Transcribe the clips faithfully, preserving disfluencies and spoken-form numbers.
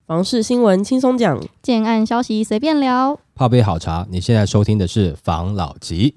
房市新闻轻松讲， 建案消息随便聊。 泡杯好茶，你现在收听的是房老吉。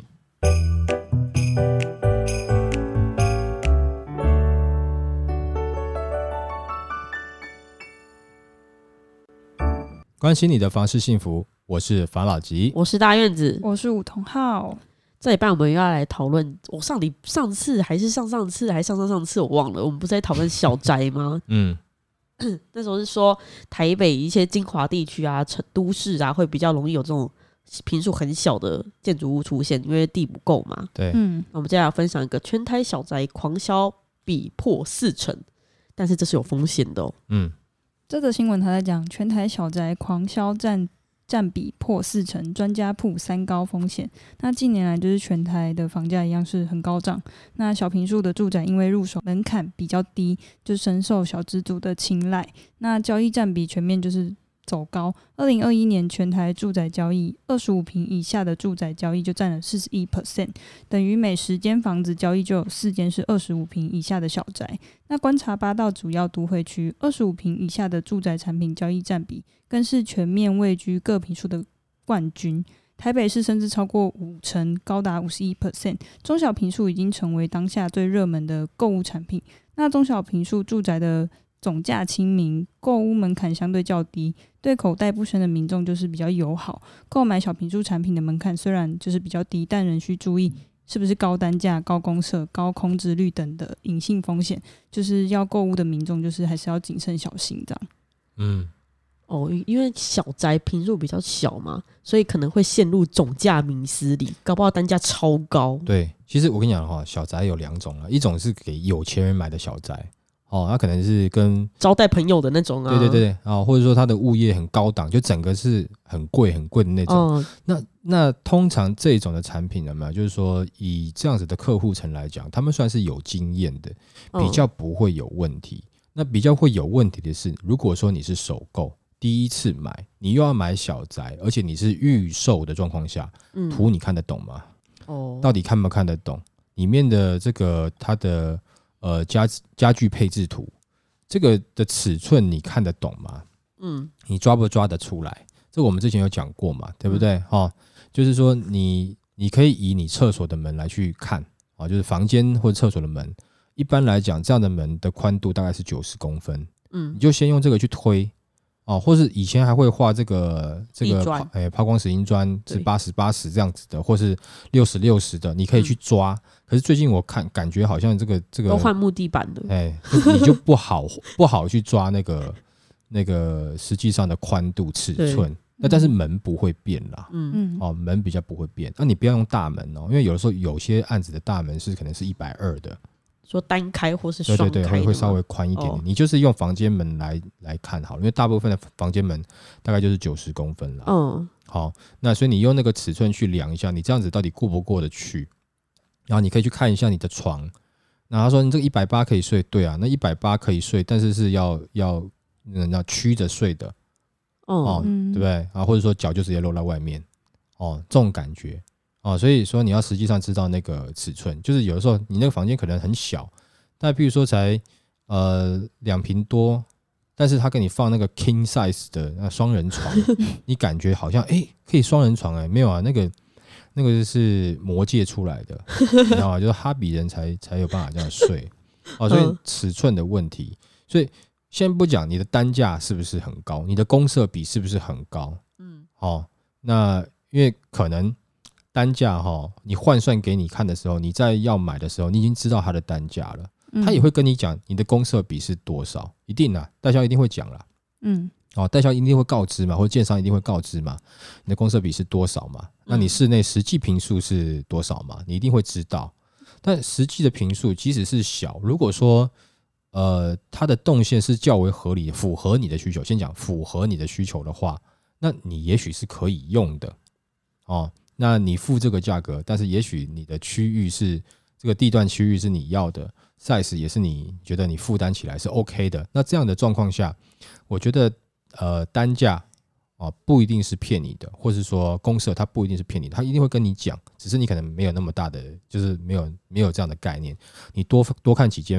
关心你的房市幸福，我是房老吉， 我是大院子， 我是武同浩。 这一半我们又要来讨论，我上礼上次还是上上次还是上上上次我忘了，我们不是在讨论小宅吗？ 嗯， 那时候是说台北一些精华地区啊、城都市啊，会比较容易有这种坪数很小的建筑物出现，因为地不够嘛。 对， 嗯， 那我们接下来分享一个全台小宅狂销比破四成，但是这是有风险的哦。 嗯， 这则新闻他在讲全台小宅狂销占占比破四成，专家曝三高风险。那近年来就是全台的房价一样是很高涨，那小坪数的住宅因为入手门槛比较低，就深受小资族的青睐。那交易占比全面就是走高。二零二一年全台住宅交易，二十五坪以下的住宅交易就占了 百分之四十一， 等于每十间房子交易就有四间是二十五坪以下的小宅。那观察八道主要都会区，二十五坪以下的住宅产品交易占比更是全面位居各坪数的冠军。台北市甚至超过五成，高达 百分之五十一。 中小坪数已经成为当下最热门的购物产品。那中小坪数住宅的总价亲民，购屋门槛相对较低，对口袋不深的民众就是比较友好。购买小坪数产品的门槛虽然就是比较低，但仍需注意是不是高单价、高公设、高空置率等的隐性风险，就是要购物的民众就是还是要谨慎小心这样。 嗯， 哦，因为小宅坪数比较小嘛，所以可能会陷入总价迷思里，搞不好单价超高。 对，其实我跟你讲哈，小宅有两种了，一种是给有钱人买的小宅。哦，他可能是跟招待朋友的那种啊， 对对对啊，或者说他的物业很高档，就整个是很贵很贵的那种。 哦、 那那通常这种的产品有没有，就是说以这样子的客户层来讲，他们算是有经验的，比较不会有问题。嗯、那比较会有问题的是，如果说你是首购第一次买，你又要买小宅，而且你是预售的状况下，嗯、图你看得懂吗？哦，到底看不看得懂？里面的这个它的。呃，家家具配置图，这个的尺寸你看得懂吗？嗯，你抓不抓得出来？这个我们之前有讲过嘛，对不对？嗯哦、就是说你你可以以你厕所的门来去看，哦、就是房间或者厕所的门，一般来讲，这样的门的宽度大概是九十公分，嗯，你就先用这个去推，哦，或是以前还会画这个这个诶抛光石英砖是八十八十这样子的，或是六十六十的，你可以去抓。嗯，可是最近我看感觉好像这个这个都换木地板的， 哎，你就不好不好去抓那个那个实际上的宽度尺寸。那但是门不会变啦，嗯哦，门比较不会变。那你不要用大门哦，因为有的时候有些案子的大门是可能是一百二的。 说单开或是双开的， 对对对，会稍微宽一点点。哦、你就是用房间门来来看好了，因为大部分的房间门大概就是九十公分啦。嗯，好，那所以你用那个尺寸去量一下，你这样子到底过不过得去？然后你可以去看一下你的床。那他说你这个一百八可以睡，对啊，那一百八可以睡，但是是要要要曲着睡的，哦，哦对不对？啊，或者说脚就直接露在外面，哦，这种感觉。哦，所以说你要实际上知道那个尺寸，就是有的时候你那个房间可能很小，但比如说才呃两坪多，但是他给你放那个 king size 的那双人床，你感觉好像哎、欸、可以双人床哎、欸，没有啊，那个那个是魔界出来的，你知道吗？就是哈比人才才有办法这样睡。哦，所以尺寸的问题，所以先不讲你的单价是不是很高，你的公设比是不是很高，嗯，哦，那因为可能。单价齁，你换算给你看的时候，你在要买的时候，你已经知道它的单价了，嗯、他也会跟你讲你的公设比是多少，一定啦，代销一定会讲啦，嗯，哦，代销一定会告知嘛，或者建商一定会告知嘛，你的公设比是多少嘛？那你室内实际坪数是多少嘛？你一定会知道。但实际的坪数即使是小，如果说呃它的动线是较为合理，符合你的需求，先讲符合你的需求的话，那你也许是可以用的，哦。那你付这个价格，但是也许你的区域是这个地段区域是你要的 size 也是你觉得你负担起来是 OK 的，那这样的状况下，我觉得呃单价、哦、不一定是骗你的，或是说公设它不一定是骗你的，它一定会跟你讲，只是你可能没有那么大的，就是没有没有这样的概念，你多多看几间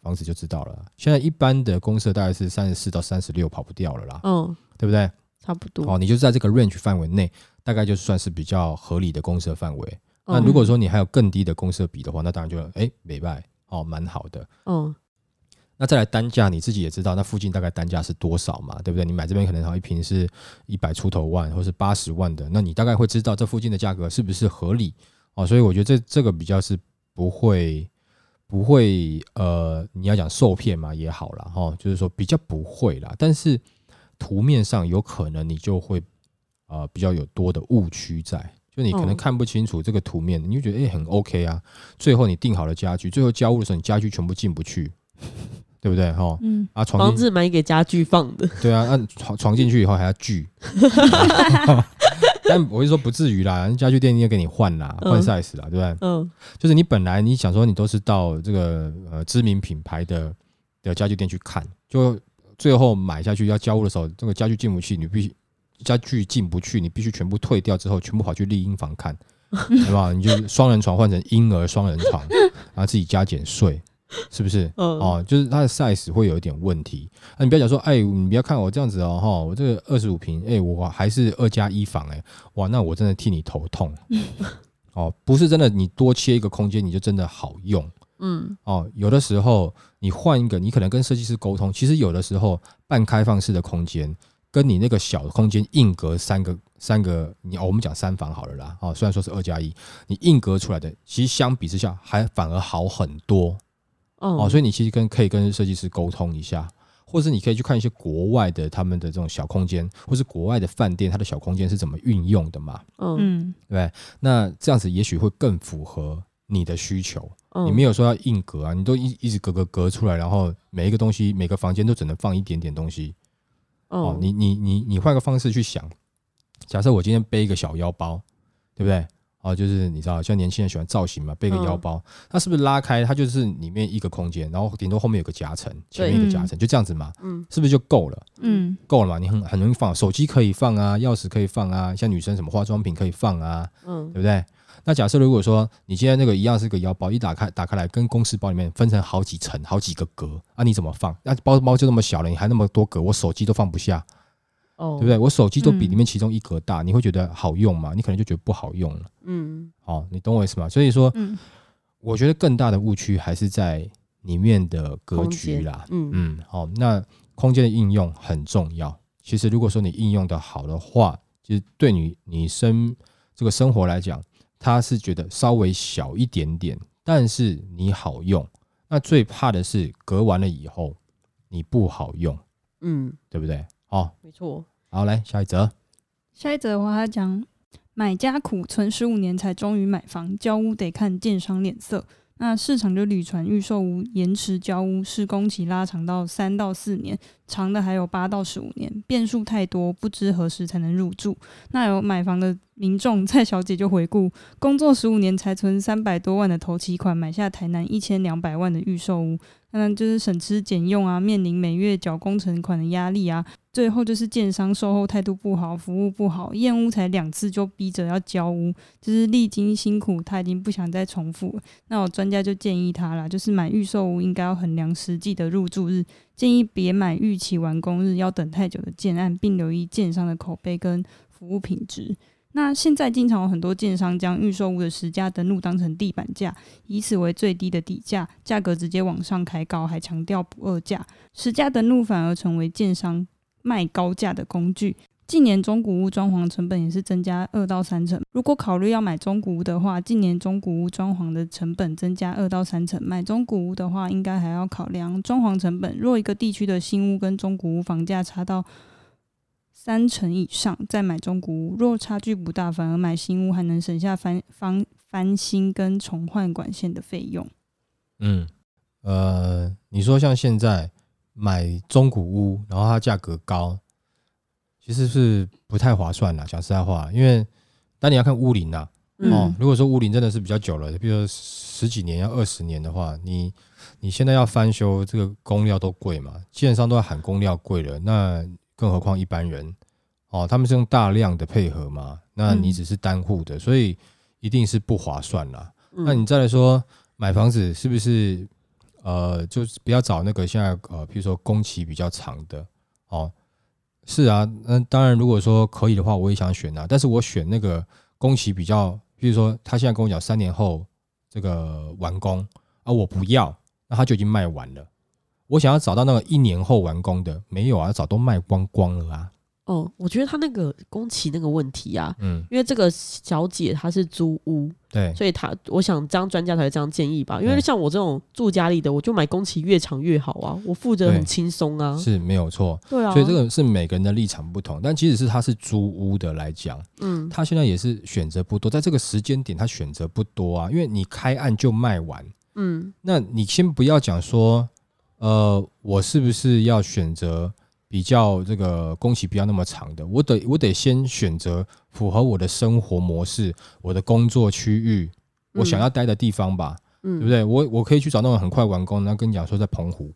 房子就知道了。现在一般的公设大概是三十四到三十六，跑不掉了啦，嗯，对不对？ 差不多。 哦，你就在这个 range 范围内，大概就算是比较合理的公设范围。那如果说你还有更低的公设比的话，那当然就哎没办法哦，蛮好的。嗯。那再来单价，你自己也知道，那附近大概单价是多少嘛，对不对？你买这边可能好一坪是一百出头万，或是八十万的，那你大概会知道这附近的价格是不是合理哦。所以我觉得这这个比较是不会不会呃，你要讲受骗嘛也好啦，哦，就是说比较不会啦。但是图面上有可能你就会呃比较有多的误区在，就你可能看不清楚这个图面，你就觉得哎、欸、很 OK 啊，最后你订好了家具，最后交屋的时候你家具全部进不去。对不对？哈，嗯，啊， 房子买给家具放的， 对啊，那床床进去以后还要锯，但我会说不至于啦，家具店要给你换啦，换 size 啦，对不对？嗯，就是你本来你想说你都是到这个呃知名品牌的的家具店去看，就最后买下去要交屋的时候，这个家具进不去，你必须家具进不去，你必须全部退掉之后，全部跑去丽婴房看，好不好？你就双人床换成婴儿双人床，然后自己加减睡。是不是？嗯、哦，就是它的 size 会有一点问题。那、啊、你不要讲说，哎，你不要看我这样子哦，哈，我这个二十五坪，哎，我还是二加一房，哎，哇，那我真的替你头痛。哦，不是真的，你多切一个空间，你就真的好用。嗯，哦，有的时候你换一个，你可能跟设计师沟通，其实有的时候半开放式的空间，跟你那个小的空间硬隔三个三个，你、哦、我们讲三房好了啦。哦，虽然说是二加一，你硬隔出来的，其实相比之下还反而好很多。哦，所以你其实跟可以跟设计师沟通一下，或是你可以去看一些国外的他们的这种小空间，或是国外的饭店，它的小空间是怎么运用的嘛？嗯，对不对？那这样子也许会更符合你的需求。嗯、你没有说要硬隔啊，你都一一直隔隔隔出来，然后每一个东西每个房间都只能放一点点东西。哦，你你你你换个方式去想，假设我今天背一个小腰包，对不对？哦，就是你知道，像年轻人喜欢造型嘛，背个腰包，它是不是拉开，它就是里面一个空间，然后顶多后面有个夹层，前面一个夹层，就这样子嘛，嗯，是不是就够了？嗯，够了嘛，你很很容易放，手机可以放啊，钥匙可以放啊，像女生什么化妆品可以放啊，嗯，对不对？那假设如果说你今天那个一样是个腰包，一打开打开来，跟公事包里面分成好几层、好几个格啊，你怎么放？那、啊、包包就那么小了，你还那么多格，我手机都放不下。哦，对不对？我手机都比里面其中一格大，嗯、你会觉得好用吗？你可能就觉得不好用了。嗯，好、哦，你懂我意思吗？所以说，嗯、我觉得更大的误区还是在里面的格局啦。嗯嗯，好、哦，那空间的应用很重要。其实如果说你应用的好的话，其实对你你生这个生活来讲，它是觉得稍微小一点点，但是你好用。那最怕的是隔完了以后你不好用。嗯，对不对？哦， 没错。 好，来下一则。 下一则的话，他讲买家苦，存十五年才终于买房，交屋得看建商脸色。那市场就屡传预售屋延迟交屋，施工期拉长到三到四年，长的还有八到十五年，变数太多，不知何时才能入住。那有买房的民众蔡小姐就回顾，工作十五年才存三百多万的头期款，买下台南一千两百万的预售屋。那就是省吃俭用啊，面临每月缴工程款的压力啊，最后就是建商售后态度不好，服务不好，验屋才两次就逼着要交屋，就是历经辛苦，他已经不想再重复了。那我专家就建议他啦，就是买预售屋应该要衡量实际的入住日，建议别买预期完工日要等太久的建案，并留意建商的口碑跟服务品质。那现在经常有很多建商将预售屋的实价登录当成地板价，以此为最低的底价，价格直接往上开高，还强调不二价。实价登录反而成为建商卖高价的工具。近年中古屋装潢成本也是增加二到三成。如果考虑要买中古屋的话，近年中古屋装潢的成本增加二到三成。买中古屋的话，应该还要考量装潢成本。若一个地区的新屋跟中古屋房价差到三成以上，再买中古屋，若差距不大，反而买新屋还能省下翻翻翻新跟重换管线的费用。 嗯，呃，你说像现在买中古屋，然后它价格高，其实是不太划算啦。讲实在话，因为但你要看屋龄啦。嗯、哦，如果说屋龄真的是比较久了，比如说十几年、要二十年的话，你你现在要翻修，这个工料都贵嘛，基本上都要喊工料贵了，那更何况一般人，哦，他们是用大量的配合嘛，那你只是单户的，嗯、所以一定是不划算啦。嗯、那你再来说买房子是不是呃，就是不要找那个现在呃，譬如说工期比较长的哦。是啊，那当然如果说可以的话，我也想选啊，但是我选那个工期比较，譬如说他现在跟我讲三年后这个完工啊，我不要，那他就已经卖完了。我想要找到那个一年后完工的，没有啊，早都卖光光了啊。 哦，我觉得他那个工期那个问题啊， 嗯， 因为这个小姐她是租屋， 对， 所以她我想这样专家才会这样建议吧。因为像我这种住家里的，我就买工期越长越好啊，我负责很轻松啊， 是没有错。 对啊， 所以这个是每个人的立场不同，但即使是他是租屋的来讲，嗯，他现在也是选择不多，在这个时间点他选择不多啊，因为你开案就卖完，嗯，那你先不要讲说，呃，我是不是要选择比较这个工期不要那么长的，我得我得先选择符合我的生活模式、我的工作区域、我想要待的地方吧，嗯、对不对？我我可以去找那种很快完工，然后跟你讲说在澎湖，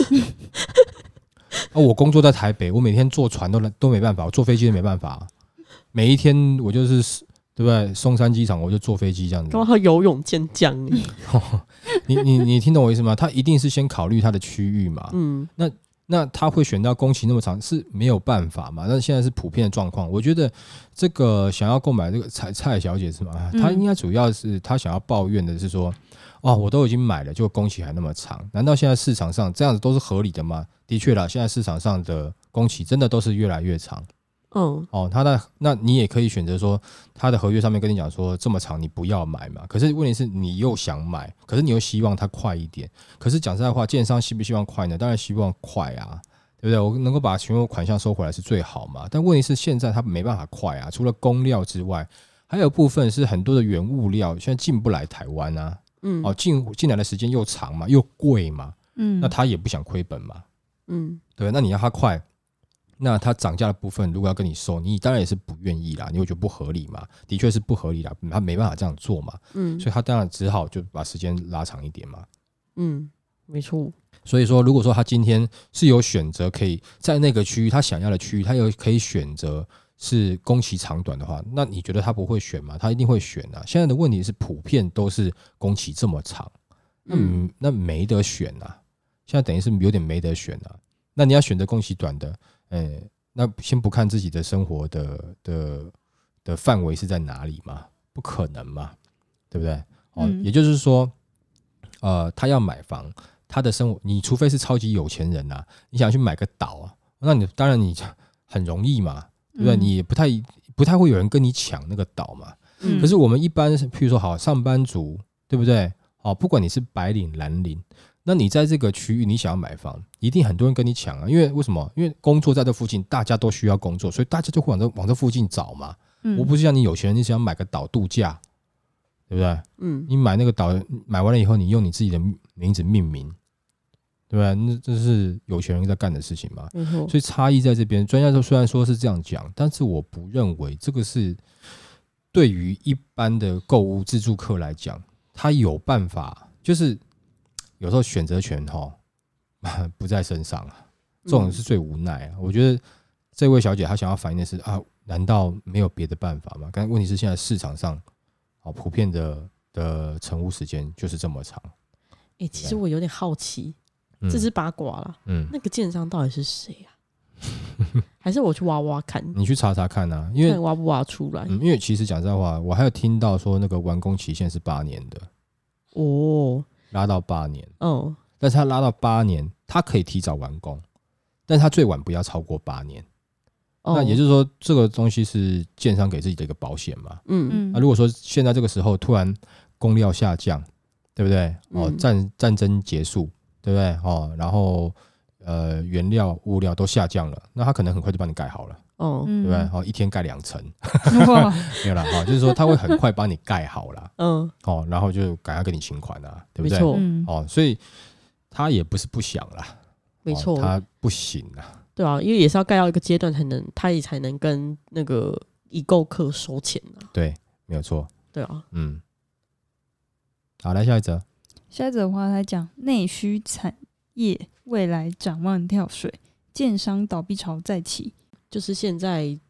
啊，我工作在台北，我每天坐船都都没办法，我坐飞机都没办法，每一天我就是对不对？松山机场我就坐飞机这样子， 刚好游泳健将， 你你你听懂我意思吗？他一定是先考虑他的区域嘛，嗯，那。那他会选到工期那么长是没有办法嘛？那现在是普遍的状况。我觉得这个想要购买这个蔡蔡小姐是吗？她应该主要是她想要抱怨的是说，哦，我都已经买了，就工期还那么长，难道现在市场上这样子都是合理的吗？的确啦，现在市场上的工期真的都是越来越长。嗯，哦，他的那你也可以选择说，他的合约上面跟你讲说这么长你不要买嘛。可是问题是你又想买，可是你又希望它快一点。可是讲实在话，建商希不希望快呢？当然希望快啊，对不对？我能够把全部款项收回来是最好嘛。但问题是现在它没办法快啊，除了工料之外，还有部分是很多的原物料现在进不来台湾啊。嗯，哦，进进来的时间又长嘛，又贵嘛。嗯，那他也不想亏本嘛。嗯，对，那你要它快。那它涨价的部分，如果要跟你收，你当然也是不愿意啦，你会觉得不合理嘛？的确是不合理啦，他没办法这样做嘛，嗯，所以他当然只好就把时间拉长一点嘛， 嗯，没错。 所以说，如果说他今天是有选择，可以在那个区域他想要的区域，他有可以选择是工期长短的话，那你觉得他不会选吗？他一定会选啊。现在的问题是普遍都是工期这么长，嗯，那没得选啊。现在等于是有点没得选啊。那你要选择工期短的。欸、那先不看自己的生活的的的范围是在哪里嘛？不可能嘛，对不对？哦，嗯、也就是说，呃，他要买房，他的生活，你除非是超级有钱人啊，你想去买个岛啊，那你当然你很容易嘛，对不对？嗯、你也不太不太会有人跟你抢那个岛嘛。嗯、可是我们一般，譬如说好上班族，对不对？哦，不管你是白领蓝领。那你在这个区域，你想要买房，一定很多人跟你抢啊！因为为什么？因为工作在这附近，大家都需要工作，所以大家就会往这往这附近找嘛。嗯、我不是像你有钱人，你想买个岛度假，对不对？嗯，你买那个岛，买完了以后，你用你自己的名字命名，对不对？那这是有钱人在干的事情嘛。嗯、所以差异在这边。专家虽然说是这样讲，但是我不认为这个是对于一般的购物自住客来讲，他有办法，就是。有时候选择权哈不在身上啊，这种是最无奈啊。嗯、我觉得这位小姐她想要反映的是啊，难道没有别的办法吗？但问题是现在市场上好普遍的的成屋时间就是这么长。 哎、欸，其实我有点好奇，嗯、这是八卦啦。嗯，那个建商到底是谁啊？还是我去挖挖看？ 你去查查看啊，因为看挖不挖出来、 嗯。因为其实讲实在话，我还有听到说那个完工期限是八年的哦。拉到八年，哦，但是他拉到八年，他可以提早完工，但是他最晚不要超过八年。哦、那也就是说，这个东西是建商给自己的一个保险嘛。嗯嗯。那、啊、如果说现在这个时候突然工料下降，对不对？哦，战战争结束，对不对？哦，然后呃，原料物料都下降了，那他可能很快就帮你盖好了。哦，对不对？哦，一天盖两层，没有啦，哈、哦，就是说他会很快帮你盖好啦，嗯，哦，然后就赶快给你请款啊，对不对？没错，哦，所以他也不是不想啦， 没错、哦， 他不行啊， 对啊，因为也是要盖到一个阶段才能，他也才能跟那个已购客收钱啊， 对，没有错， 对啊， 嗯，好，来下一则， 下一则的话，他讲内需产业未来展望跳水，建商倒闭潮再起。 就是现在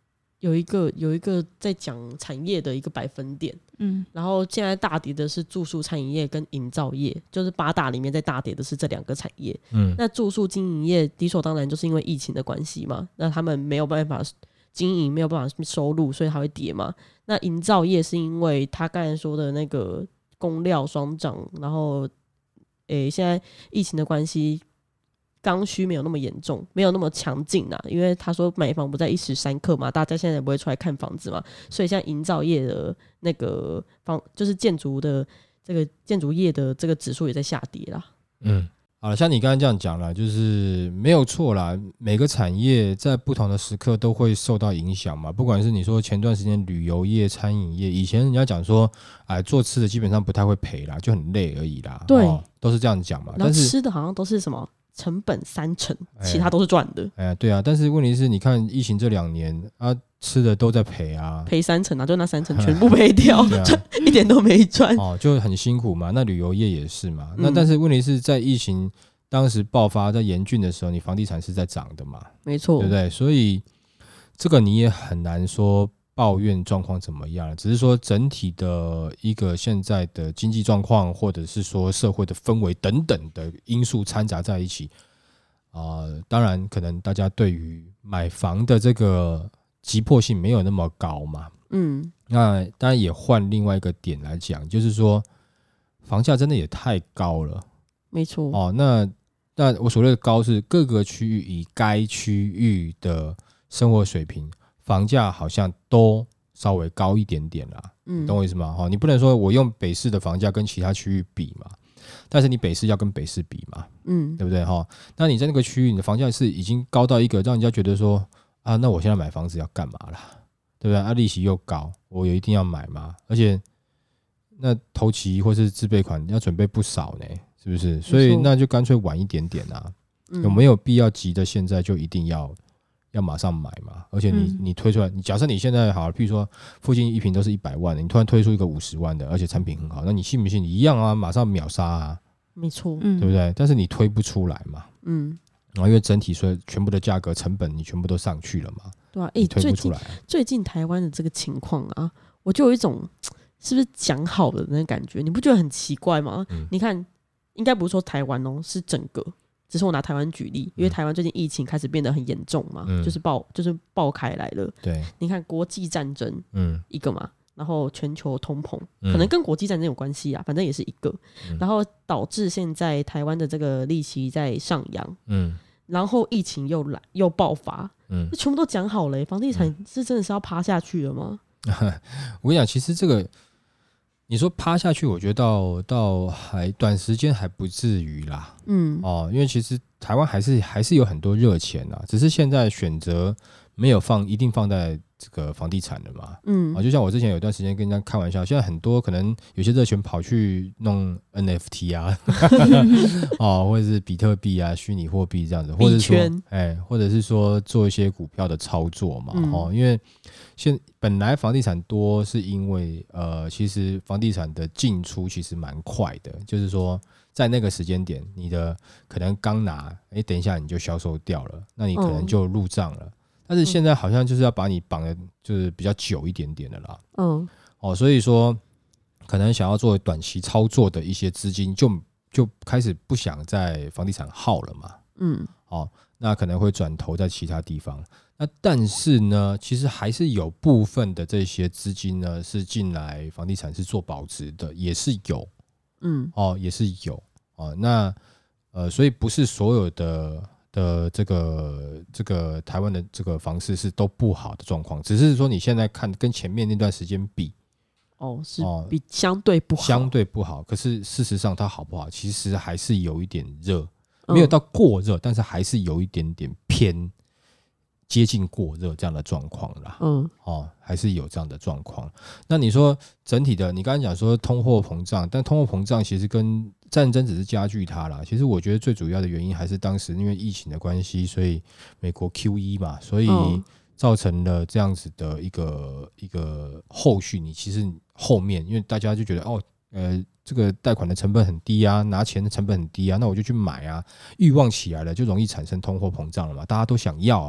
有一个有一个在讲产业的一个百分点，嗯，然后现在大跌的是住宿餐饮业跟营造业，就是八大里面在大跌的是这两个产业，嗯，那住宿经营业理所当然就是因为疫情的关系嘛，那他们没有办法经营，没有办法收入，所以它会跌嘛。那营造业是因为他刚才说的那个工料双涨，然后诶现在疫情的关系。刚需没有那么严重，没有那么强劲啊，因为他说买房不在一时三刻嘛，大家现在也不会出来看房子嘛，所以像营造业的那个房，就是建筑的这个建筑业的这个指数也在下跌啦。 嗯，好了，像你刚才这样讲了，就是没有错啦，每个产业在不同的时刻都会受到影响嘛，不管是你说前段时间旅游业、餐饮业，以前人家讲说，哎，做吃的基本上不太会赔啦，就很累而已啦， 对， 哦、都是这样讲嘛。 然后吃的好像都是什么？成本三成，其他都是赚的。 哎呀，对啊，但是问题是，你看疫情这两年啊，吃的都在赔啊， 赔三成啊，就那三成全部赔掉，啊、一点都没赚。 哦，就很辛苦嘛。那旅游业也是嘛。嗯、那但是问题是在疫情当时爆发在严峻的时候，你房地产是在涨的嘛？ 没错， 对不对？所以这个你也很难说抱怨状况怎么样，只是说整体的一个现在的经济状况，或者是说社会的氛围等等的因素掺杂在一起啊、呃。当然，可能大家对于买房的这个急迫性没有那么高嘛。嗯，那当然也换另外一个点来讲，就是说房价真的也太高了。 没错。 哦，那那我所谓的高是各个区域以该区域的生活水平。房价好像都稍微高一点点啦，嗯，懂我意思吗？你不能说我用北市的房价跟其他区域比嘛，但是你北市要跟北市比嘛，嗯，对不对？那你在那个区域，你的房价是已经高到一个让人家觉得说啊，那我现在买房子要干嘛啦？对不对？啊，利息又高，我有一定要买吗？而且那头期或是自备款要准备不少呢，是不是？所以那就干脆晚一点点啊，嗯、有没有必要急的现在就一定要？要马上买嘛，而且你、嗯、你推出来，你假设你现在好，譬如说附近一坪都是一百万的，你突然推出一个五十万的，而且产品很好，那你信不信？你一样啊，马上秒杀啊， 没错， 对不对？但是你推不出来嘛，嗯，然后因为整体所以全部的价格成本你全部都上去了嘛， 对啊，哎，推不出来、啊。最近台湾的这个情况啊，我就有一种是不是讲好的那感觉，你不觉得很奇怪吗？嗯、你看，应该不是说台湾哦，是整个。只是我拿台湾举例，因为台湾最近疫情开始变得很严重嘛，嗯、就是爆就是爆开来了。 对， 你看国际战争，嗯，一个嘛，然后全球通膨，嗯、可能跟国际战争有关系啊，反正也是一个，嗯、然后导致现在台湾的这个利息在上扬，嗯，然后疫情又来又爆发，嗯，这全部都讲好了、欸，房地产是真的是要趴下去了吗？ 我跟你讲，其实这个。你说趴下去，我觉得到到还短时间还不至于啦，嗯哦，因为其实台湾还是还是有很多热钱啊，只是现在选择没有放一定放在这个房地产的嘛，嗯啊，就像我之前有段时间跟人家开玩笑，现在很多可能有些热钱跑去弄 N F T 啊，哦，或者是比特币啊、虚拟货币这样子，或者说哎，或者是说做一些股票的操作嘛，嗯、哦，因为。现本来房地产多是因为呃，其实房地产的进出其实蛮快的，就是说在那个时间点，你的可能刚拿，哎，等一下你就销售掉了，那你可能就入账了。嗯、但是现在好像就是要把你绑的，就是比较久一点点的啦。嗯，哦，所以说可能想要做短期操作的一些资金就，就就开始不想在房地产耗了嘛。嗯，哦，那可能会转投在其他地方。那但是呢，其实还是有部分的这些资金呢是进来房地产是做保值的，也是有，嗯，哦，也是有哦。那呃，所以不是所有的的这个这个台湾的这个房市是都不好的状况，只是说你现在看跟前面那段时间比， 哦，是比相对不好， 相对不好。可是事实上它好不好，其实还是有一点热，没有到过热，嗯、但是还是有一点点偏。接近过热这样的状况啦，嗯，哦，还是有这样的状况。那你说整体的，你刚才讲说通货膨胀，但通货膨胀其实跟战争只是加剧它啦。其实我觉得最主要的原因还是当时因为疫情的关系，所以美国 Q E 嘛，所以造成了这样子的一个一个后续。你其实后面因为大家就觉得哦，呃。这个贷款的成本很低啊，拿钱的成本很低啊，那我就去买啊，欲望起来了就容易产生通货膨胀了嘛，大家都想要啊，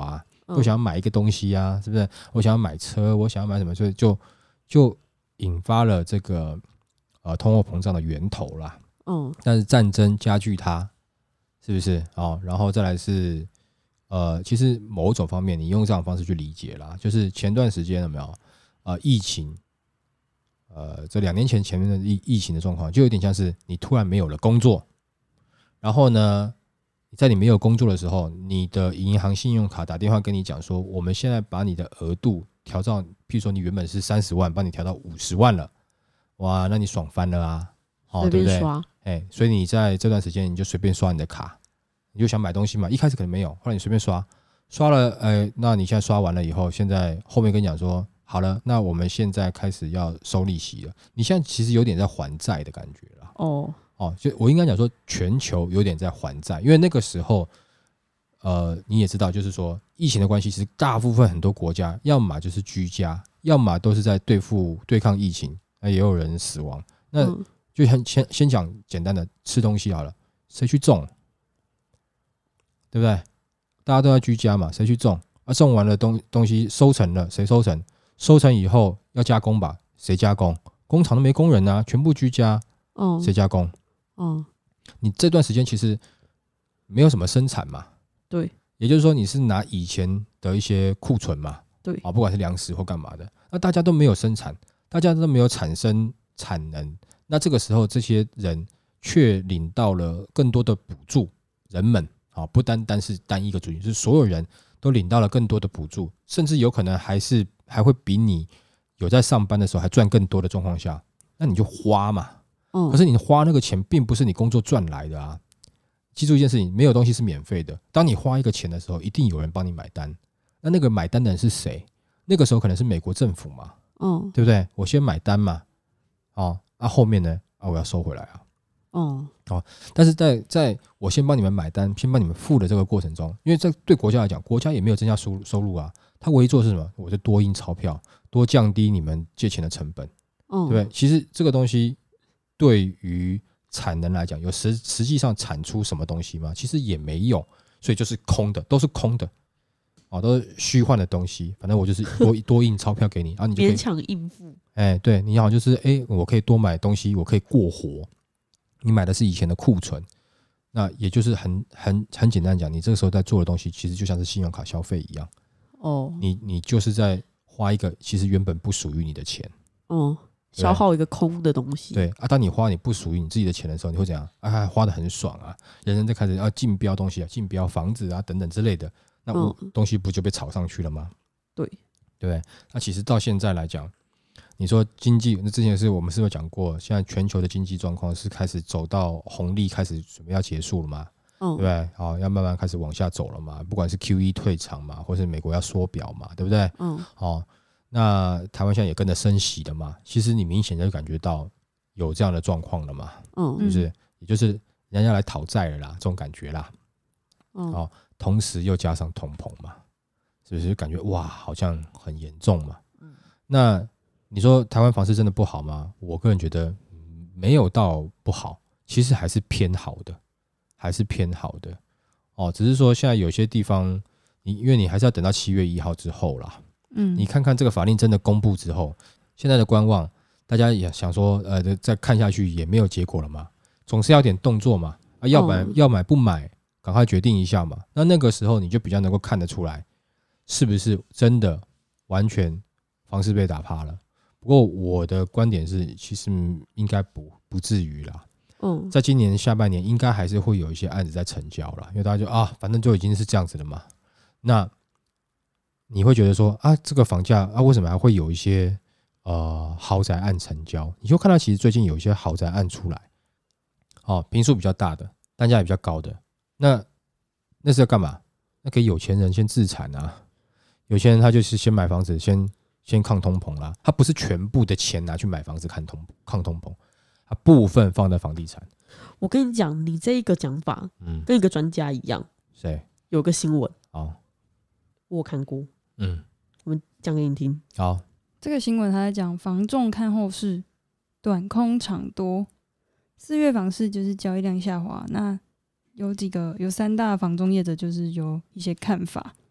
我想要买一个东西啊，是不是？我想要买车，我想要买什么，所以就就引发了这个呃通货膨胀的源头啦。嗯，但是战争加剧它，是不是？哦，然后再来是呃，其实某种方面你用这样的方式去理解啦，就是前段时间有没有呃疫情，呃，这两年前前面的疫疫情的状况，就有点像是你突然没有了工作，然后呢，在你没有工作的时候，你的银行信用卡打电话跟你讲说，我们现在把你的额度调到，譬如说你原本是三十万，帮你调到五十万了，哇，那你爽翻了啊！ 哦，对不对？ 哎，所以你在这段时间你就随便刷你的卡，你就想买东西嘛，一开始可能没有，后来你随便刷，刷了，哎，那你现在刷完了以后，现在后面跟你讲说，好了，那我们现在开始要收利息了，你现在其实有点在还债的感觉了。哦。哦，就我应该讲说，全球有点在还债，因为那个时候，呃，你也知道，就是说疫情的关系，其实大部分很多国家，要么就是居家，要么都是在对付对抗疫情，那也有人死亡。那就很先先讲简单的吃东西好了，谁去种，对不对？大家都在居家嘛，谁去种？啊，种完了东东西收成了，谁收成？收成以后要加工吧，谁加工？工厂都没工人啊，全部居家，哦，谁加工？哦，你这段时间其实没有什么生产嘛， 对， 也就是说你是拿以前的一些库存嘛， 对， 啊，不管是粮食或干嘛的，那大家都没有生产，大家都没有产生产能，那这个时候这些人却领到了更多的补助，人们啊，不单单是单一个族群，是所有人都领到了更多的补助，甚至有可能还是还会比你有在上班的时候还赚更多的状况下，那你就花嘛。可是你花那个钱并不是你工作赚来的啊！记住一件事情，没有东西是免费的。当你花一个钱的时候，一定有人帮你买单。那那个买单的人是谁？那个时候可能是美国政府嘛，嗯，对不对？我先买单嘛，哦，那、啊、后面呢？啊，我要收回来啊，哦，哦，但是在在我先帮你们买单，先帮你们付的这个过程中，因为这对国家来讲，国家也没有增加收收入啊，他唯一做的是什么？我就多印钞票，多降低你们借钱的成本，嗯，对不对？其实这个东西。对于产能来讲，有实实际上产出什么东西吗？其实也没有，所以就是空的，都是空的，哦，都是虚幻的东西。反正我就是多多印钞票给你，啊，你就可以勉强应付。 哎，对你好，就是哎，我可以多买东西，我可以过活。你买的是以前的库存，那也就是很很很简单讲，你这个时候在做的东西，其实就像是信用卡消费一样。哦，你你就是在花一个其实原本不属于你的钱。哦。 消耗一个空的东西。 对啊，当你花你不属于你自己的钱的时候，你会怎样？啊，花得很爽啊！人人在开始要竞标东西啊，竞标房子啊等等之类的，那我、嗯、东西不就被炒上去了吗？ 对， 对不对？那其实到现在来讲，你说经济，那之前是我们是不是讲过，现在全球的经济状况是开始走到红利开始准备要结束了嘛？嗯，对不对？好，要慢慢开始往下走了嘛？不管是 Q E 退场嘛，或是美国要缩表嘛，对不对？嗯，好。那台湾现在也跟着升息的嘛，其实你明显就感觉到有这样的状况了嘛，嗯，就是也就是人家来讨债了啦，这种感觉啦，嗯，哦，同时又加上通膨嘛，是不是感觉哇，好像很严重嘛？嗯，那你说台湾房市真的不好吗？我个人觉得没有到不好，其实还是偏好的，还是偏好的，哦，只是说现在有些地方，你因为你还是要等到七月一号之后啦。嗯，你看看这个法令真的公布之后，现在的观望，大家也想说，呃，再看下去也没有结果了嘛，总是要点动作嘛，啊，要买、哦、要买不买，赶快决定一下嘛。那那个时候你就比较能够看得出来，是不是真的完全房市被打趴了。不过我的观点是，其实应该不不至于啦。嗯，在今年下半年应该还是会有一些案子在成交啦，因为大家就啊，反正就已经是这样子了嘛。那你会觉得说啊，这个房价啊，为什么还会有一些呃豪宅案成交？你就看到其实最近有一些豪宅案出来，哦，坪数比较大的，单价也比较高的，那那是要干嘛？那给有钱人先自产啊！有钱人他就是先买房子，先先抗通膨啦。他不是全部的钱拿去买房子抗通抗通膨，他部分放在房地产。 我跟你讲，你这一个讲法，嗯，跟一个专家一样。 谁？ 有个新闻哦， 我有看过。嗯，我们讲给你听。 好， 这个新闻他在讲房仲看后市，短空长多。四月房市就是交易量下滑，那有几个有三大房仲业者就是有一些看法。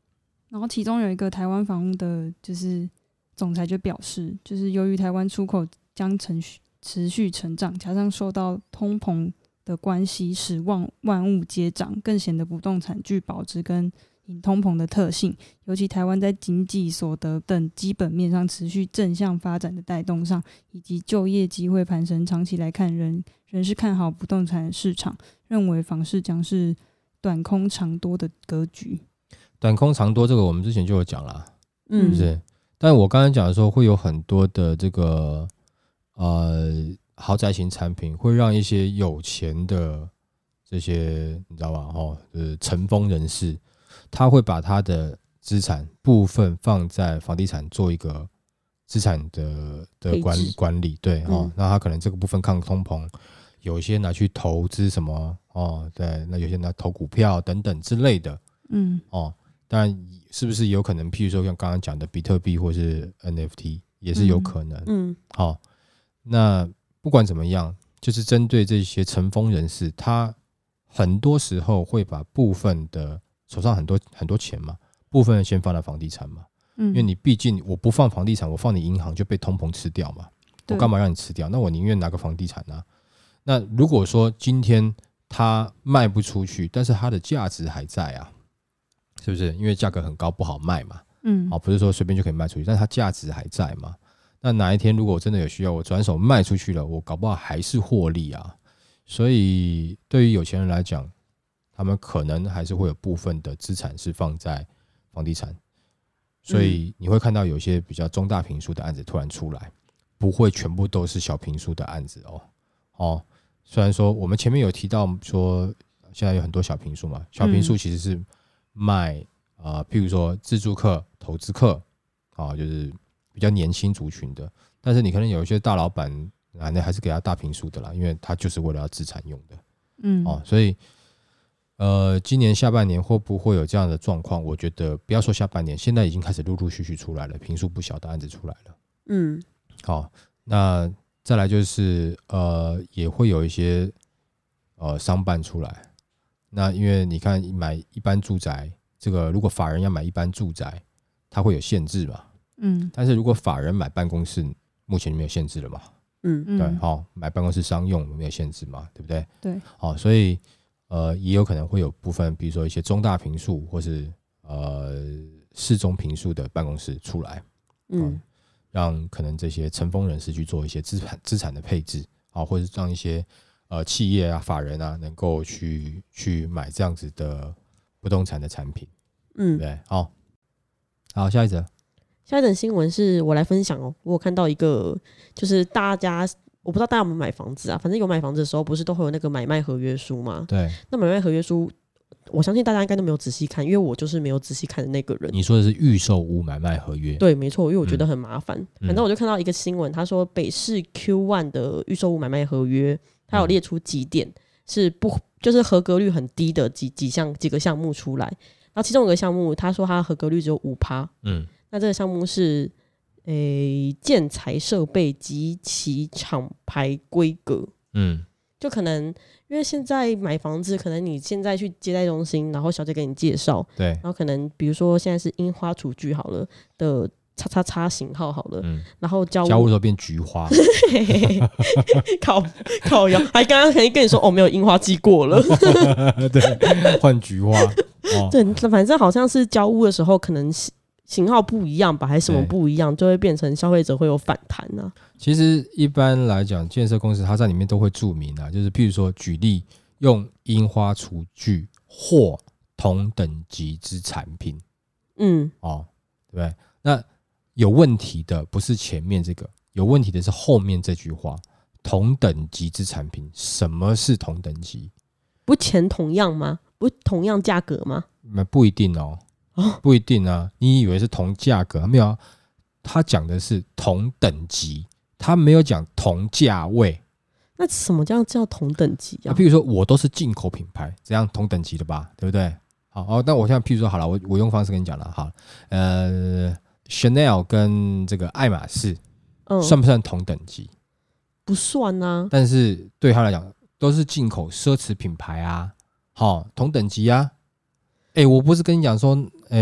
然后其中有一个台湾房屋的，就是总裁就表示，就是由于台湾出口将持续持续成长，加上受到通膨的关系，使万万物皆涨，更显得不动产具保值跟引通膨的特性。尤其台湾在经济所得等基本面上持续正向发展的带动上，以及就业机会攀升，长期来看仍仍是看好不动产市场，认为房市将是短空长多的格局。 短空长多这个我们之前就有讲啦， 嗯， 是不是？但我刚才讲的时候，会有很多的这个呃豪宅型产品，会让一些有钱的这些你知道吧？哦，就是成风人士，他会把他的资产部分放在房地产做一个资产的的管管理，对哦，那、嗯、他可能这个部分抗通膨，有一些拿去投资什么哦，对，那有些拿投股票等等之类的，嗯，哦，当然是不是有可能，譬如说像刚刚讲的比特币或是 N F T 也是有可能，嗯，好、哦，那不管怎么样，就是针对这些成风人士，他很多时候会把部分的手上很多很多钱嘛，部分先放在房地产嘛，嗯，因为你毕竟我不放房地产，我放你银行就被通膨吃掉嘛，我干嘛让你吃掉？那我宁愿拿个房地产啊。那如果说今天它卖不出去，但是它的价值还在啊，是不是？因为价格很高不好卖嘛，嗯，好，不是说随便就可以卖出去，但是它价值还在嘛。那哪一天如果我真的有需要，我转手卖出去了，我搞不好还是获利啊。所以对于有钱人来讲，他们可能还是会有部分的资产是放在房地产，所以你会看到有些比较中大坪数的案子突然出来，不会全部都是小坪数的案子哦。哦，虽然说我们前面有提到说现在有很多小坪数嘛，小坪数其实是卖啊、呃，譬如说自住客、投资客啊、哦，就是比较年轻族群的，但是你可能有一些大老板，啊，那还是给他大坪数的啦，因为他就是为了要资产用的，嗯，哦，所以呃，今年下半年会不会有这样的状况？我觉得不要说下半年，现在已经开始陆陆续续出来了，坪数不小的案子出来了，嗯，好，那再来就是呃，也会有一些呃商办出来，那因为你看买一般住宅，这个如果法人要买一般住宅，它会有限制嘛，嗯，但是如果法人买办公室，目前没有限制了嘛。嗯，对，好、哦，买办公室商用没有限制嘛，对不对？ 对， 好、哦，所以呃，也有可能会有部分，比如说一些中大坪数或是呃适中坪数的办公室出来，嗯，哦、让可能这些成风人士去做一些资产资产的配置，好、哦，或者让一些呃企业啊、法人啊能够去去买这样子的不动产的产品，嗯，对，好、哦，好，下一则。 下一则新闻是我来分享哦，我有看到一个，就是大家我不知道大家有没有买房子啊，反正有买房子的时候，不是都会有那个买卖合约书吗？ 对。 那买卖合约书，我相信大家应该都没有仔细看，因为我就是没有仔细看的那个人。 你说的是预售屋买卖合约？ 对，没错，因为我觉得很麻烦。嗯、反正我就看到一个新闻，他说北市 Q 一 的预售屋买卖合约，他有列出几点、嗯、是不就是合格率很低的几几项几个项目出来，然后其中有个项目，他说他合格率只有 百分之五， 嗯。那这个项目是诶建材设备及其厂牌规格，嗯，就可能因为现在买房子，可能你现在去接待中心，然后小姐给你介绍， 对， 然后可能比如说现在是樱花厨具好了的叉叉叉型号好了，嗯，然后交屋交屋的时候变菊花， 靠靠腰，还刚刚可以跟你说哦，没有樱花季过了， 对，换菊花， 哦、对，反正好像是交屋的时候可能型号不一样吧，还是什么不一样，就会变成消费者会有反弹啊。 其实一般来讲，建设公司它在里面都会注明啊，就是譬如说举例，用樱花厨具或同等级之产品，嗯，哦，对不对？那有问题的不是前面这个，有问题的是后面这句话，同等级之产品。什么是同等级？ 不钱同样吗？不同样价格吗？ 不一定哦。不一定啊，你以为是同价格，没有啊，他讲的是同等级，他没有讲同价位。 那什么叫叫同等级啊？ 啊，譬如说我都是进口品牌，这样同等级的吧，对不对？好，哦，那我现在譬如说好了，我我用方式跟你讲了，好，呃 ，Chanel 跟这个爱马仕，嗯，算不算同等级？ 不算啊。 但是对他来讲，都是进口奢侈品牌啊，好，同等级啊。哎、欸，我不是跟你讲说，呃、欸，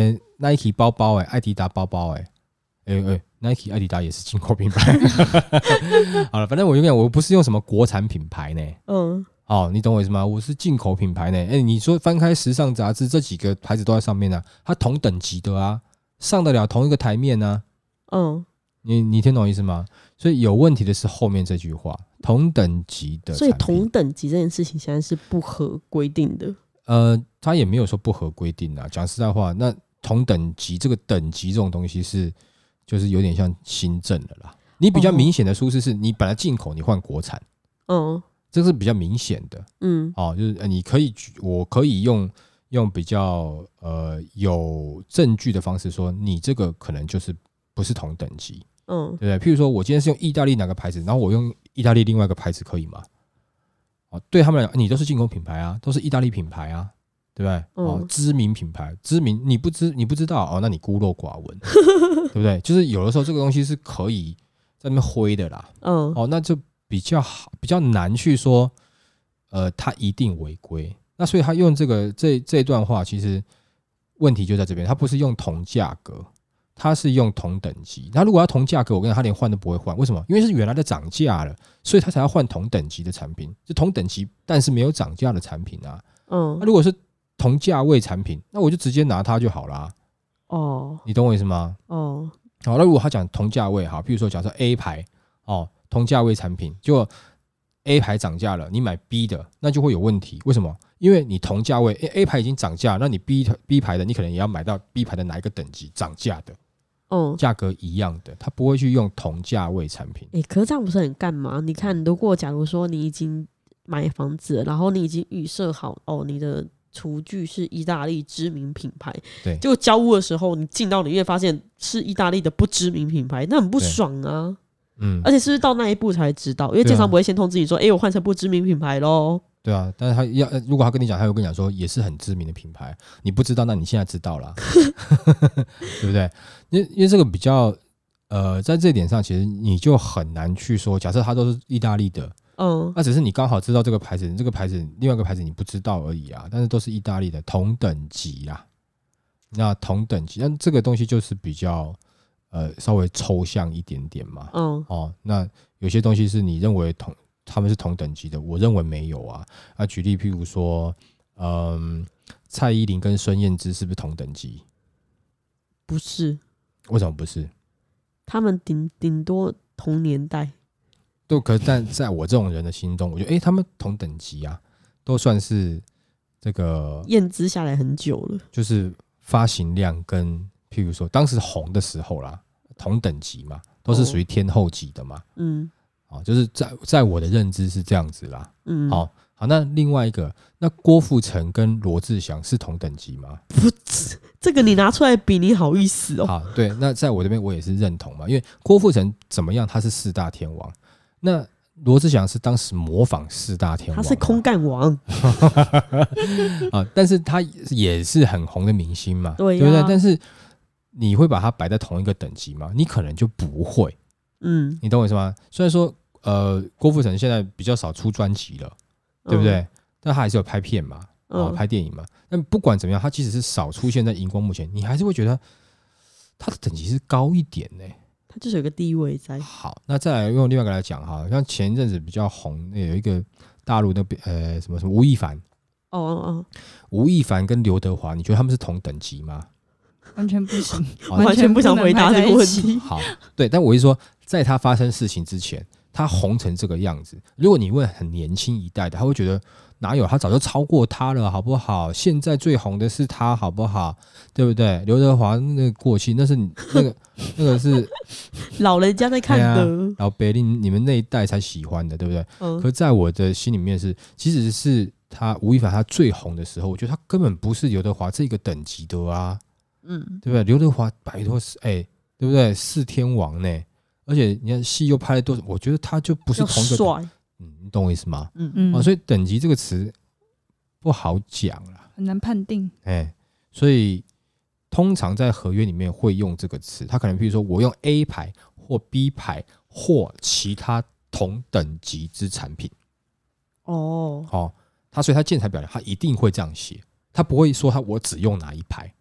Nike 包包哎、欸，艾迪达包包哎、欸，哎、欸、哎、欸、，Nike 艾迪达也是进口品牌。好了，反正我永远我不是用什么国产品牌呢。嗯。哦，你懂我意思吗？我是进口品牌呢。哎、欸，你说翻开时尚杂志，这几个牌子都在上面呢、啊，它同等级的啊，上得了同一个台面呢、啊。嗯。你你听懂意思吗？所以有问题的是后面这句话，同等级的。 所以同等级这件事情现在是不合规定的。 呃，他也没有说不合规定啊。讲实在话，那同等级这个等级这种东西是，就是有点像新政了啦。你比较明显的舒适是，你本来进口，你换国产，嗯，这是比较明显的，嗯，哦，就是、呃、你可以，我可以用用比较呃有证据的方式说，你这个可能就是不是同等级，嗯，对不对？譬如说我今天是用意大利哪个牌子，然后我用意大利另外一个牌子可以吗？哦，对他们来讲，你都是进口品牌啊，都是意大利品牌啊，对不对？嗯、哦，知名品牌，知名你不知你不知道哦，那你孤陋寡闻，对不对？就是有的时候这个东西是可以在那边挥的啦，嗯，哦，那就比较好，比较难去说，呃，他一定违规。那所以他用这个这这一段话，其实问题就在这边，他不是用同价格。他是用同等级，那如果要同价格，我跟他连换都不会换，为什么？因为是原来的涨价了，所以他才要换同等级的产品，是同等级但是没有涨价的产品啊。嗯，那如果是同价位产品，那我就直接拿它就好啦。哦，你懂我意思吗？哦，好，那如果他讲同价位，好，比如说假设 A 牌哦，同价位产品，就 A 牌涨价了，你买 B 的，那就会有问题。为什么？因为你同价位 A 牌已经涨价，那你 B B 牌的，你可能也要买到 B 牌的哪一个等级涨价的。嗯，价格一样的，他不会去用同价位产品。 哎、欸，可是这样不是很干嘛？你看，如果假如说你已经买房子了，然后你已经预设好哦，你的厨具是意大利知名品牌， 对， 结果交屋的时候你进到里面发现是意大利的不知名品牌，那很不爽啊。嗯，而且是不是到那一步才知道？因为建商不会先通知你说，哎、欸，我换成不知名品牌咯。 对啊，但是他要如果他跟你讲，他会跟你讲说也是很知名的品牌，你不知道，那你现在知道了，对不对？因为因为这个比较呃，在这一点上，其实你就很难去说，假设它都是意大利的，嗯，那只是你刚好知道这个牌子，这个牌子另外一个牌子你不知道而已啊，但是都是意大利的同等级啦，那同等级，那这个东西就是比较呃稍微抽象一点点嘛，嗯，哦，那有些东西是你认为同。他们是同等级的，我认为没有啊。啊，举例譬如说，嗯，蔡依林跟孙燕姿是不是同等级？ 不是。 为什么不是？ 他们顶顶多同年代。 对，可是但在我这种人的心中，我觉得，哎、欸，他们同等级啊，都算是这个。 燕姿下来很久了， 就是发行量跟譬如说当时红的时候啦，同等级嘛，都是属于天后级的嘛。哦、嗯。就是在在我的认知是这样子啦，嗯，好，好，那另外一个，那郭富城跟罗志祥是同等级吗？ 不，这个你拿出来比，你好意思哦？ 好，对，那在我这边我也是认同嘛，因为郭富城怎么样，他是四大天王，那罗志祥是当时模仿四大天王， 他是空干王啊，但是他也是很红的明星嘛，对、啊、对不对？但是你会把他摆在同一个等级吗？你可能就不会，嗯，你懂我意思吗？虽然说。呃，郭富城现在比较少出专辑了，对不对？嗯、但他还是有拍片嘛，哦，嗯、拍电影嘛。但不管怎么样，他即使是少出现在荧光幕前，你还是会觉得他的等级是高一点呢、欸。 他就是有个地位在。 好，那再来用另外一个来讲哈，像前一阵子比较红，那有一个大陆那边呃什么什么吴亦凡，哦哦哦，吴亦凡跟刘德华，你觉得他们是同等级吗？ 完全不行， 完全不想回答这个问题。 好，对，但我是说，在他发生事情之前。他红成这个样子，如果你问很年轻一代的，他会觉得哪有，他早就超过他了，好不好？现在最红的是他，好不好？对不对？刘德华那个过气，那是那个那个是老人家在看的， 然后北令你们那一代才喜欢的，对不对？嗯、可在我的心里面是，即使是他吴亦凡他最红的时候，我觉得他根本不是刘德华这个等级的啊，嗯，对不对？刘德华拜托是哎，对不对？四天王呢？而且你看戏又拍了多少，我觉得他就不是同一个， 帅， 嗯，你懂我意思吗？嗯嗯、啊，所以等级这个词不好讲啦， 很难判定。 哎、欸，所以通常在合约里面会用这个词，他可能比如说我用 A 牌或 B 牌或其他同等级之产品。哦，好、哦，他所以他建材表量他一定会这样写，他不会说他我只用哪一牌。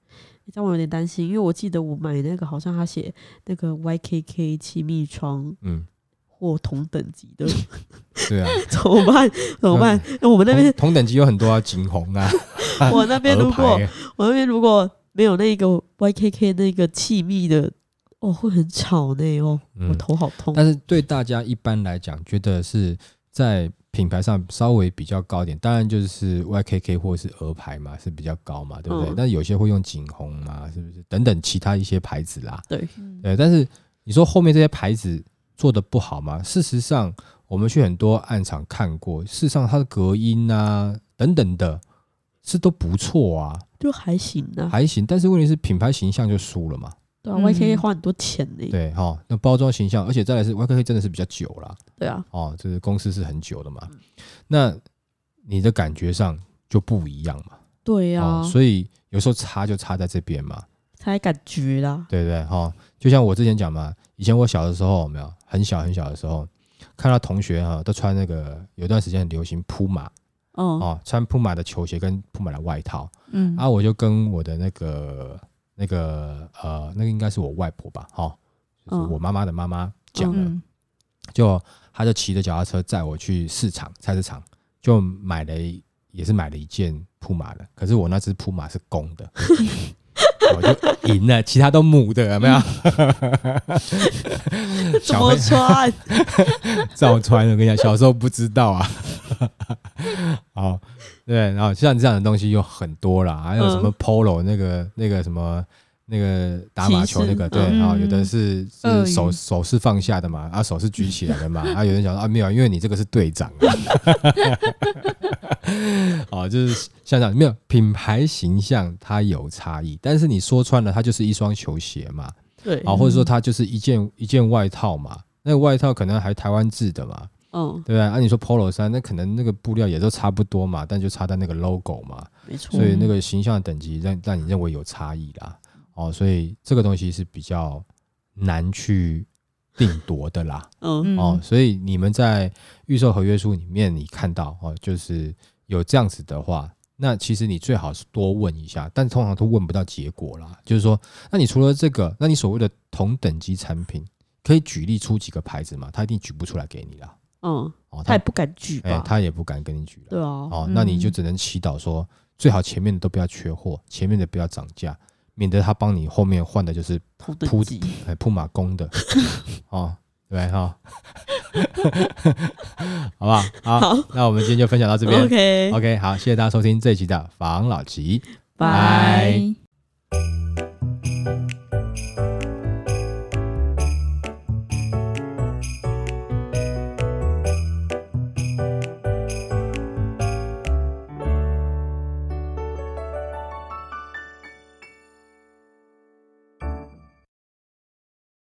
这样我有点担心，因为我记得我买那个好像他写那个 Y K K 气密窗，嗯，或同等级的， 对啊， 怎么办？怎么办？那、嗯、我们那边同, 同等级有很多啊，景洪啊， 我那边如果我那边如果没有那个 Y K K 那个气密的，哦，会很吵呢哦，嗯、我头好痛。 但是对大家一般来讲，觉得是在品牌上稍微比较高一点，当然就是 Y K K 或是鹅牌嘛，是比较高嘛，对不对？嗯、但是有些会用景洪嘛，是不是？等等其他一些牌子啦， 对对。但是你说后面这些牌子做的不好吗？事实上，我们去很多暗场看过，事实上它的隔音啊等等的，是都不错啊， 就还行啊， 还行。但是问题是品牌形象就输了嘛。 对啊、嗯、，Y K K 花很多钱呢。 对哈、哦，那包装形象，而且再来是 Y K K 真的是比较久啦。 对啊， 哦，这个公司是很久的嘛。嗯、那你的感觉上就不一样嘛。 对啊、 哦，所以有时候差就差在这边嘛， 差感觉啦。 对不对？哈、哦，就像我之前讲嘛，以前我小的时候有没有很小很小的时候，看到同学哈、哦、都穿那个，有段时间很流行铺马。哦, 哦，穿铺马的球鞋跟铺马的外套。嗯，啊，我就跟我的那个。那个呃，那个应该是我外婆吧，哈、哦，就是我妈妈的妈妈讲了，嗯、就她就骑着脚踏车载我去市场菜市场，就买了也是买了一件铺马的，可是我那只铺马是公的，我就赢了，其他都母的，有没有？ 怎么穿？ 照穿，我跟你讲，小时候不知道啊。好，对，然后像这样的东西有很多啦，还有什么 polo 那个、嗯、那个什么那个打马球那个，对，然后、嗯、有的是是手手是放下的嘛，啊手是举起来的嘛，啊有人讲说啊没有，因为你这个是队长啊。哦，就是像这样，没有品牌形象它有差异，但是你说穿了，它就是一双球鞋嘛， 对， 啊或者说它就是一件一件外套嘛，那个外套可能还台湾制的嘛。嗯，对啊，按、啊、你说 Polo 衫，那可能那个布料也都差不多嘛，但就差在那个 logo 嘛， 没错， 所以那个形象的等级让让你认为有差异啦，哦，所以这个东西是比较难去定夺的啦，嗯，哦，所以你们在预售合约书里面你看到哦，就是有这样子的话，那其实你最好是多问一下，但通常都问不到结果啦，就是说，那你除了这个，那你所谓的同等级产品，可以举例出几个牌子嘛？他一定举不出来给你啦。 嗯，哦、他, 他也不敢举吧、 欸、他也不敢跟你举了。 对啊， 哦，那你就只能祈祷说，最好前面的都不要缺货，前面的不要涨价，免得他帮你后面换的就是铺哎铺马公的，哦，对哈，好不好？好，好，那我们今天就分享到这边。 OK， OK， 好，谢谢大家收听这一期的房老吉， 拜。